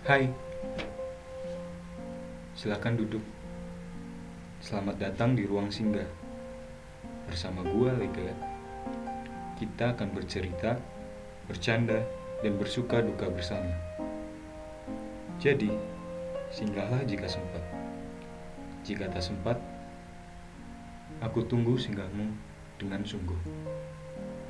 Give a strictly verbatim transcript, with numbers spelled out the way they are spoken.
Hai, silakan duduk. Selamat datang di ruang singgah. Bersama gua, Lega. Kita akan bercerita, bercanda, dan bersuka duka bersama. Jadi, singgahlah jika sempat. Jika tak sempat, aku tunggu singgahmu dengan sungguh.